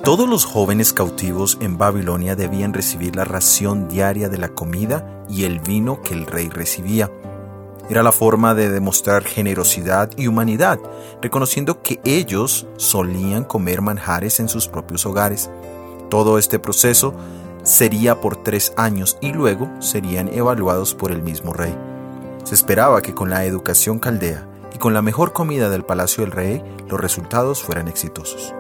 Todos los jóvenes cautivos en Babilonia debían recibir la ración diaria de la comida y el vino que el rey recibía. Era la forma de demostrar generosidad y humanidad, reconociendo que ellos solían comer manjares en sus propios hogares. Todo este proceso sería por 3 años y luego serían evaluados por el mismo rey. Se esperaba que con la educación caldea y con la mejor comida del palacio del rey, los resultados fueran exitosos.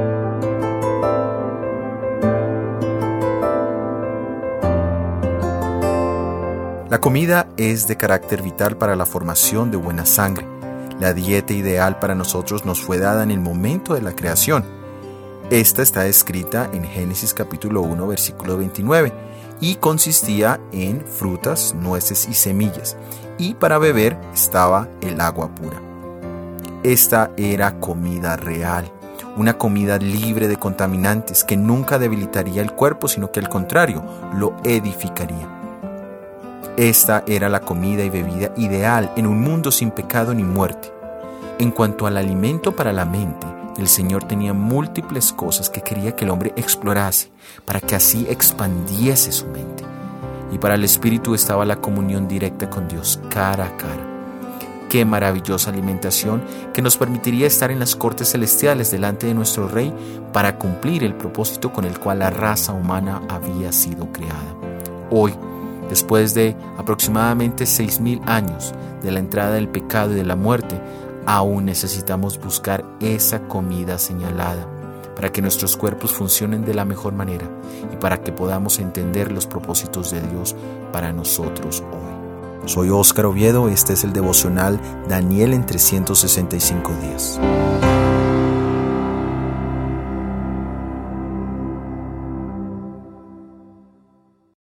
La comida es de carácter vital para la formación de buena sangre. La dieta ideal para nosotros nos fue dada en el momento de la creación. Esta está escrita en Génesis capítulo 1, versículo 29, y consistía en frutas, nueces y semillas, y para beber estaba el agua pura. Esta era comida real, una comida libre de contaminantes que nunca debilitaría el cuerpo, sino que al contrario, lo edificaría. Esta era la comida y bebida ideal en un mundo sin pecado ni muerte. En cuanto al alimento para la mente, el Señor tenía múltiples cosas que quería que el hombre explorase, para que así expandiese su mente. Y para el espíritu estaba la comunión directa con Dios, cara a cara. Qué maravillosa alimentación que nos permitiría estar en las cortes celestiales delante de nuestro Rey para cumplir el propósito con el cual la raza humana había sido creada. Hoy, después de aproximadamente 6,000 años de la entrada del pecado y de la muerte, aún necesitamos buscar esa comida señalada para que nuestros cuerpos funcionen de la mejor manera y para que podamos entender los propósitos de Dios para nosotros hoy. Soy Óscar Oviedo, este es el devocional Daniel en 365 días.